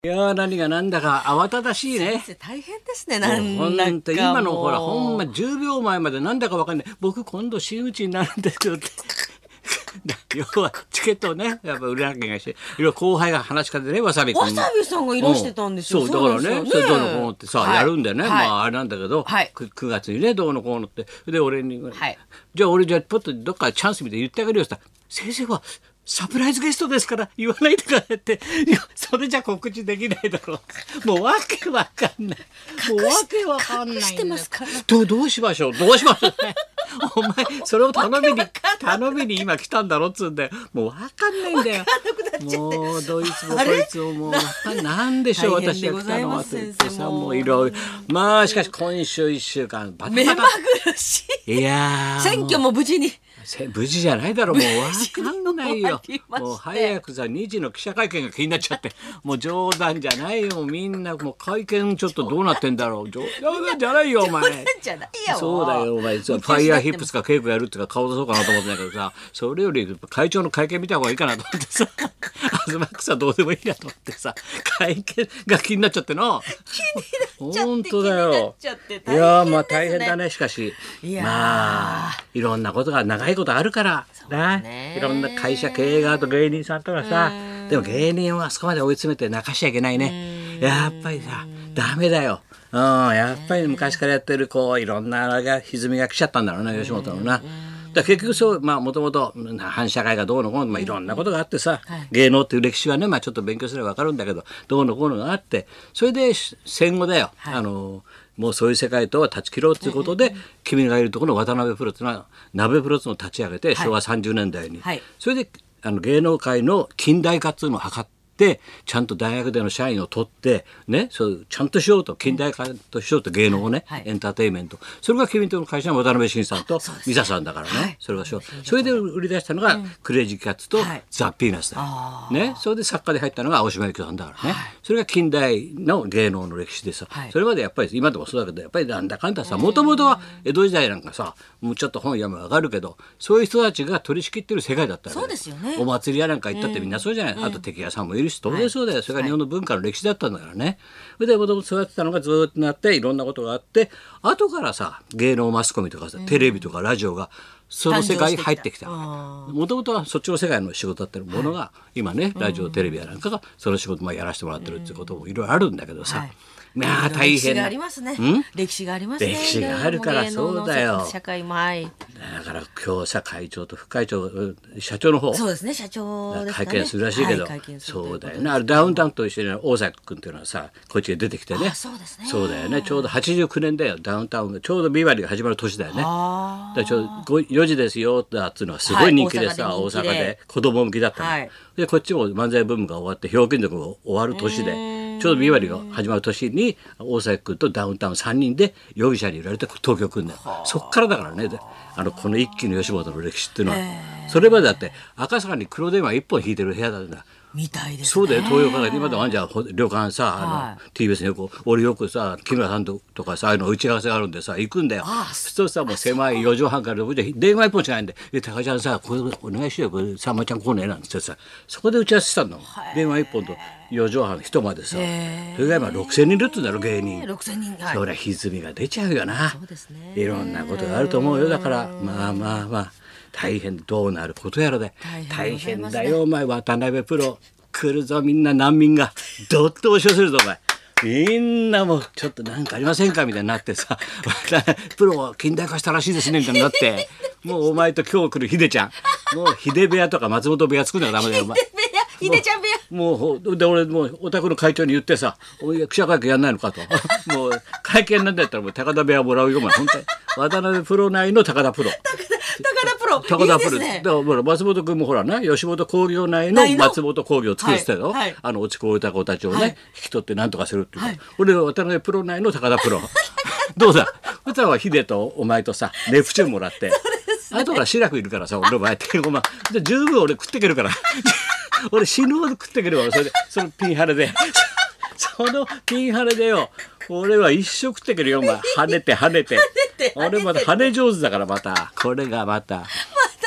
いやー、何が何だか慌ただしいね。 先生大変ですね。なんだかほんと今のもうほらほんま10秒前までなんだかわかんない。僕今度真打ちになるんですよって要はチケットをねやっぱ売らなきゃいけないし、いろいろ後輩が話しかけてね、わさび君に。 わさびさんがいらしてたんですよ。 そうだからね、それどうのこうのってさ、 はいやるんだよね、 はいまああれなんだけど、 はい 9月にねどうのこうのって、で俺に、 はいじゃあ俺じゃあポッとどっかチャンス見て言ってあげるよって言ったら、先生はサプライズゲストですから言わないでくださいって。いやそれじゃ告知できないだろう。もうわけわかんない。もうわけわかんないんだよ。 隠してますから。 どうしましょう、どうしましょうね。お前それを頼みに今来たんだろっつうんだよ。もうわかんないんだよ。もうどいつもこいつももうわかんない。なんでしょう私が来たのはと言ってさ、もういろいろ。まあしかし今週1週間バタ目まバタ。 ぐるしい。 いやー選挙も無事に。 無事じゃないだろう。もうわかんないよ無事に終わりまして。 もう早くさ2時の記者会見が気になっちゃって、もう冗談じゃないよ。みんなもう会見ちょっとどうなってんだろう。冗談じゃないよお前。 冗談じゃないよ。 そうだよお前。ファイヤーヒップスか稽古やるっていうか顔出そうかなと思ってんだけどさ、それより会長の会見見た方がいいかなと思ってさ東草どうでもいいなと思ってさ、会見が気になっちゃってな。本当だよ。いやまあ大変だね。しかしいやーまあいろんなことが長いことあるからな、いろんな会社経営側と芸人さんとかさ、でも芸人はあそこまで追い詰めて泣かしちゃいけないね。やっぱりさダメだよ。やっぱり昔からやってるこういろんなあれが歪みが来ちゃったんだろうな、吉本のな。だから結局そうまあもともと反社会がどうのこうの、まあ、いろんなことがあってさ、芸能っていう歴史はね、まあ、ちょっと勉強すれば分かるんだけど、どうのこうのがあって、それで戦後だよ、もうそういう世界とは断ち切ろうということで、君がいるところの渡辺プロっていうのは鍋プロっていうのを立ち上げて、昭和30年代に、それで芸能界の近代化っていうのを図って。ちゃんと大学での社員を取ってね、そうちゃんとしようと、近代化としようと、芸能をね、エンターテインメント、それが君との会社の渡辺晋さんと美沙さんだからね、それがそれで売り出したのがクレイジーキャッツとザ・ピーナスだよ、ね、それで作家で入ったのが青島由紀さんだからね、それが近代の芸能の歴史でさ、それまでやっぱり今でもそうだけど、やっぱりなんだかんださ、もともとは江戸時代なんかさ、もうちょっと本読めばわかるけど、そういう人たちが取り仕切ってる世界だったわけそうですよね。 お祭りやなんか行ったってみんなそうじゃない、あと敵屋さんもいるし、当然そうだよ。それが日本の文化の歴史だったんだからね。それでもともとそうやってたのがずっとなって、いろんなことがあって、後からさ芸能マスコミとかさ、テレビとかラジオがその世界に入ってきた。もともとはそっちの世界の仕事だったものが、今ねラジオテレビやなんかがその仕事やらせてもらってるっていうこともいろいろあるんだけどさ、まあ大変。 歴史がありますね。歴史がありますね。 歴史があるからそうだよ。 社会もはい。 だから今日さ会長と副会長社長の方そうですね、社長ですかね。 会見するらしいけど、そうだよね。あれダウンタウンと一緒に大崎君っていうのはさこっちへ出てきてね。 そうですね。 そうだよね。ちょうど89年だよ。ダウンタウンがちょうどビバリーが始まる年だよね。だからちょうど4時ですよだっつうのはすごい人気でさ、大阪で子供向きだったの。でこっちも漫才ブームが終わってひょうきん族も終わる年で。ちょうどビバリーが始まる年に大崎君とダウンタウン3人で容疑者に売られて東京来るんだよ。そっからだからね、この一期の吉本の歴史っていうのは、それまでだって赤坂に黒電話1本引いてる部屋だんだ。 みたいですね。 そうだよ、東洋館で今でもあんじゃん旅館さ、TBS によく俺よくさ木村さんとかさああいうの打ち合わせがあるんでさ行くんだよ。そうさもう狭い4畳半から6畳電話一本しかないんで「高ちゃんさこれお願いしようよ、これさんまちゃん来ねえ」なんてさ、そこで打ち合わせしたの。電話一本と4畳半一間でさ、それが今6,000人いるって言うんだろ芸人。 6,000人。 そりゃ歪みが出ちゃうよな。 そうですね。 いろんなことがあると思うよ。だからまあまあまあ大変、どうなることやらで大変だよお前。渡辺プロ来るぞ、みんな難民がどっと押し寄せるぞお前。みんなもうちょっとなんかありませんかみたいになってさプロは近代化したらしいですねみたいになってもうお前と今日来るヒデちゃん、もうヒデ部屋とか松本部屋作るのがダメだよお前。 ヒデちゃん部屋もうで俺もうお宅の会長に言ってさ「おい記者会見やんないのか」ともう会見なんだったらもう高田部屋もらうよお前。本当に渡辺プロ内の高田プロ高田プロいいですね。 だから松本君もほらな、吉本興業内の松本興業を作ってたよ、落ちこぼれた子たちをね、引き取ってなんとかするっていう、俺は渡辺プロ内の高田プロどうだ、普段はヒデとお前とさネプチューンもらって後から志らくいるからさ、俺の前ってごまんで十分俺食ってけるから俺死ぬほど食ってけるわ。それでそのピンハネでそのピンハネでよ俺は一生食ってけるよお前。跳ねて俺また跳ね上手だから、またこれがまた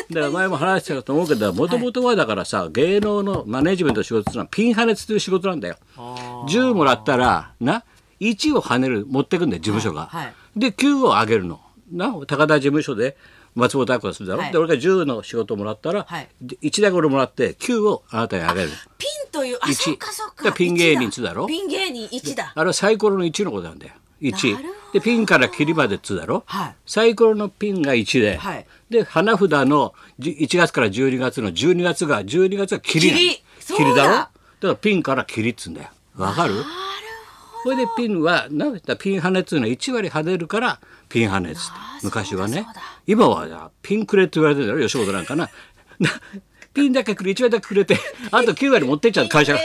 で前も話してたと思うけど、もともとはだからさ、芸能のマネジメントの仕事っていうのはピンハネという仕事なんだよ。10もらったらな、1を跳ねる持ってくんだよ事務所が。 はいはい、 で9を上げるのな、高田事務所で松本明子がするだろ、はい、で俺が10の仕事をもらったら、はい、1だけ俺もらって9をあなたにあげる。 ピンという、あ、そうかそうか。 ピン芸人だろ。 ピン芸人1だ。 あれはサイコロの1のことなんだよ。1でピンから切りまでっつうだろ、 はい、 サイコロのピンが1で、はい、で花札の1月から12月の12月が切りだろ。だからピンから切りっつうんだよ。わかる？これでピンはピンハネっつうのは1割跳ねるからピンハネっつって、昔はね。今はピンくれって言われてるだろ、吉本なんかな。ピンだけくれ、1割だけくれて、あと9割持ってっちゃう。会社が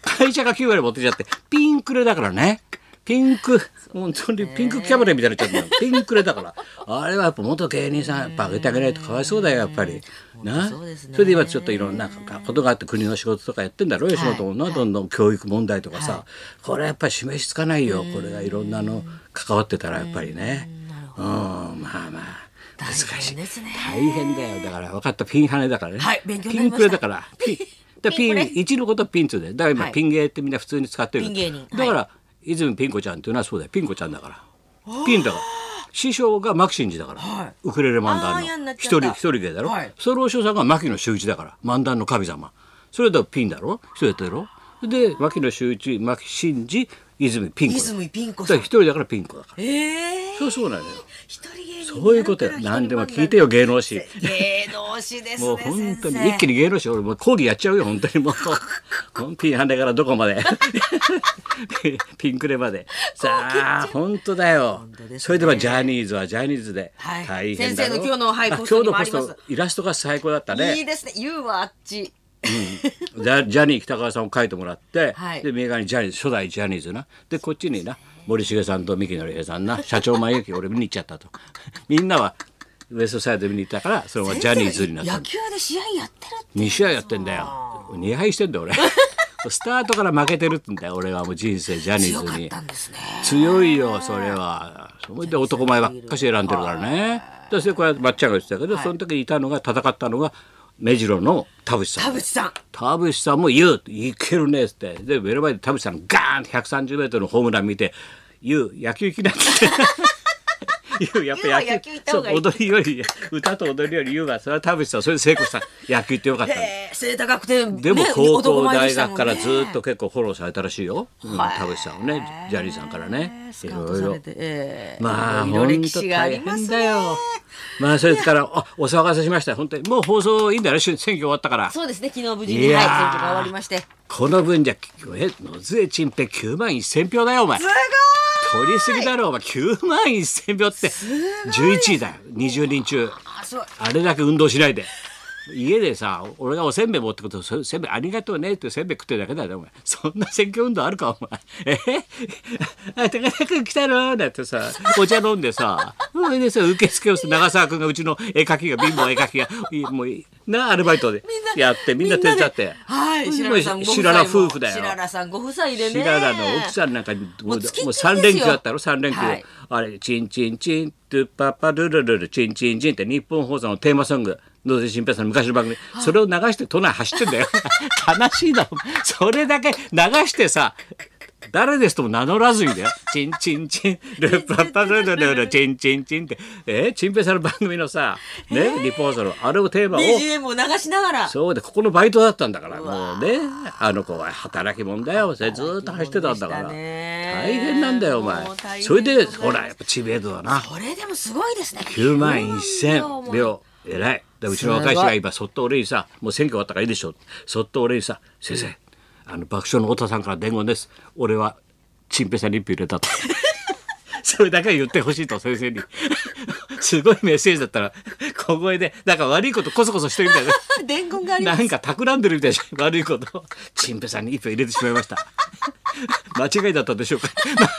9割持ってっちゃって、ピンくれだからね。ピンク、本当にピンクキャバレーみたいになっちゃった。ピンクレだから。あれはやっぱ元芸人さんやっぱあげてあげないとかわいそうだよやっぱり。な。それで今ちょっといろんなことがあって国の仕事とかやってんだろうよ、仕事もな、どんどん教育問題とかさ、これやっぱり示しつかないよ。これがいろんなの関わってたらやっぱりね。まあまあ。難しい。大変だよ。だから分かった、ピンハネだからね。ピンクレだから。ピン1のことはピン2で。だから今ピン芸ってみんな普通に使ってる。だから泉ピン子ちゃんっていうのはそうだよ、ピン子ちゃんだから。ピンだから。師匠が牧伸二だから、ウクレレ漫談の一人芸だろ。ソロ師匠さんが牧野秀一だから、漫談の神様。それとピンだろ、そうやってやろ。で牧野秀一、牧伸二、泉ピン子さん。一人だからピン子だから。そうなのよ。そういうことよ。何でも聞いてよ、芸能史。 芸能史ですね。 もう本当に一気に芸能史、俺もう講義やっちゃうよ本当にもう。ピンハネからどこまでピンクレまで。さあ本当だよ。それではジャニーズはジャニーズで大変だろ。 先生の今日のポストにもあります。 イラストが最高だったね。 いいですね。言うはあっち。 ジャニー北川さんを書いてもらって、で右側にジャニーズ、初代ジャニーズな、でこっちにな森重さんと三木のり平さんな、社長前行き俺見に行っちゃったと。みんなはウエストサイド見に行ったから、それはジャニーズになった。 野球で試合やってるって 2試合やってんだよ。2敗してんだよ俺。スタートから負けてるってんだよ俺は。もう人生ジャニーズに強いよそれは。それで男前ばっかし選んでるからね。そしてこれまっちゃんが言ってたけど、その時にいたのが、戦ったのが目白の田淵さん。田淵さんも言ういけるねって。で目の前で田淵さんガーンって130メートルのホームラン見て、野球行きなんて。やっぱ野球そう踊りより歌と踊りより言うわ。それは田淵さんそれで成功した。野球行ってよかった。 背高くて、 でも高校大学からずっと結構フォローされたらしいよ、田淵さんをね、ジャニーさんからね、いろいろ。まあ本当大変だよ。まあそれからお騒がせしました。本当にもう放送いいんだよね、選挙終わったから。 そうですね、昨日無事に選挙が終わりまして、 この分じゃ野末チンペ9万1000票だよお前。すごい取りすぎだろお前。9万1000票って11位だよ20人中。あれだけ運動しないで家でさ、俺がおせんべい持ってくると、せんべいありがとうねってせんべい食ってるだけだよお前。そんな選挙運動あるかお前。高田君来たのだってさ、お茶飲んでさ、それでさ受付をして長澤君がうちの絵描きが貧乏絵描きがもうなアルバイトでやってみんな手伝って、白良夫婦だよ。 白良さんご夫妻でね。 白良の奥さんなんかもう3連休あったろ3連休、あれチンチンチントゥパパルルルルチンチンチンって日本放送のテーマソング、野瀬慎平さんの昔の番組、それを流して都内走ってんだよ。悲しいな。それだけ流してさ、誰ですとも名乗らずにだよ。チンチンチンルパパルルルルチンチンチンってチンペイさんの番組のさね、リポートのあれをテーマを BGM を流しながら。 そうで、ここのバイトだったんだから、もうね、あの子は働き者だよ。それずっと走ってたんだから大変なんだよお前。それでほらやっぱ知名度だな。 それでもすごいですね。 9万1000票偉い。でうちの若い人が今そっと俺にさ、もう選挙終わったからいいでしょ、そっと俺にさ、先生爆笑の太田さんから伝言です、俺はチンペイさんに1票入れたと。それだけは言ってほしいと先生に。すごいメッセージだったら小声でなんか悪いことこそこそしてるみたいな。 伝言があります。 なんか企んでるみたいな悪いことをチンペイさんに1票入れてしまいました。間違いだったでしょうか。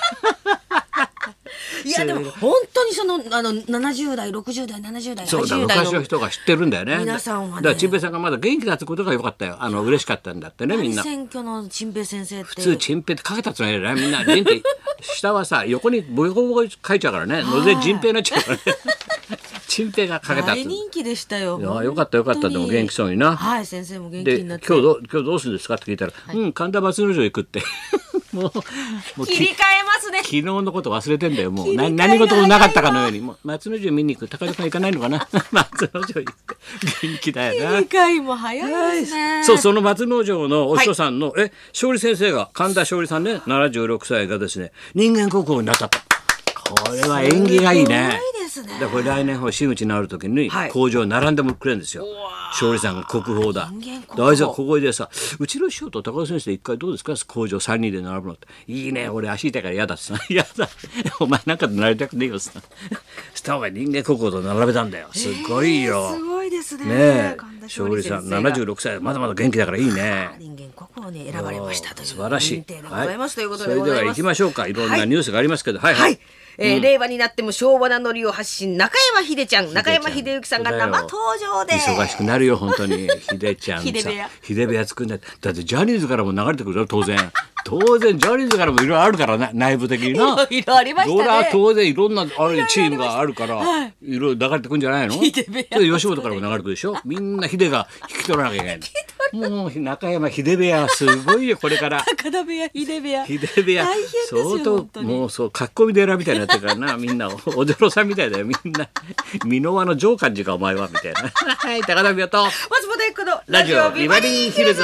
いやでも本当にその70代60代70代そうだ、 80代昔の人が知ってるんだよね。 皆さんはね、 だからチンペイさんがまだ元気だってことが良かったよ。嬉しかったんだってね、みんな。 選挙のチンペイ先生って普通チンペイってかけたつもりだよね、みんな。人って下はさ横にボコボコ書いちゃうからね、のぜチンペイになっちゃうからね。 新平がかけたって大人気でしたよ。 いやよかったよかった。でも元気そうにな。 はい、先生も元気でになって。 今日どうするんですかって聞いたら、神田松之丞行くってもう切り替えますね。 昨日のこと忘れてんだよ。もう切り替えが何事もなかったかのように。もう松之丞見に行く。高田さん行かないのかな松之丞行って元気だよな。 切り替えも早いですね。 そう、その松之丞のお師匠さんの、勝利先生が、神田勝利さんね、76歳がですね、人間国宝になったと。これは縁起がいいね。 すごいですね。 でこれ来年真打ちになる時に工場並んでもくれるんですよ。勝利さんが国宝だ。大事はここでさ、うちの師匠と高田先生一回どうですか工場3人で並ぶのって。いいね、俺足痛いから嫌だってさ。嫌だ。お前なんかとなりたくねえよさ。した方が人間国宝と並べたんだよ。すごいよ。 すごいですね。 ねえ、勝利さん76歳まだまだ元気だからいいね。 人間国宝に選ばれましたという素晴らしい。 認定でございますということそれでは行きましょうか。いろんなニュースがありますけど、 はい令和になっても昭和なノリを発信、中山秀ちゃん、中山秀幸さんが生登場で忙しくなるよ本当に。秀ちゃんさ、秀部屋作んない。だってジャニーズからも流れてくるよ当然。当然ジャニーズからもいろいろあるからな、内部的にな。 いろいろありましたね。 それは当然いろんなあれチームがあるからいろいろ流れてくるんじゃないの。 秀部屋それ吉本からも流れてくるでしょ。みんな秀が引き取らなきゃいけない。もう中山秀部屋すごいよこれから。 高田部屋、秀部屋。 秀部屋大変ですよ相当もうそうかっこみ寺みたいになってるからな。みんなおじょろさんみたいだよみんな。箕輪の上官寺かお前はみたいな。はい高田部屋と松本英子のラジオビバリーヒルズ。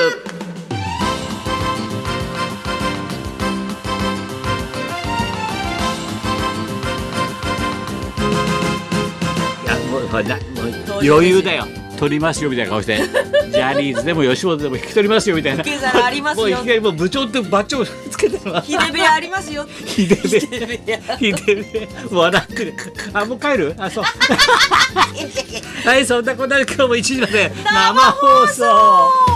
もう余裕だよ。取りますよみたいな顔してジャニーズでも吉本でも引き取りますよみたいな。 受け皿ありますよ。 もういきなりもう部長ってバッジをつけてるわ。 秀部屋ありますよ。 秀部屋笑ってる。あもう帰る。あそうはいそんなことで今日も1時まで生放送。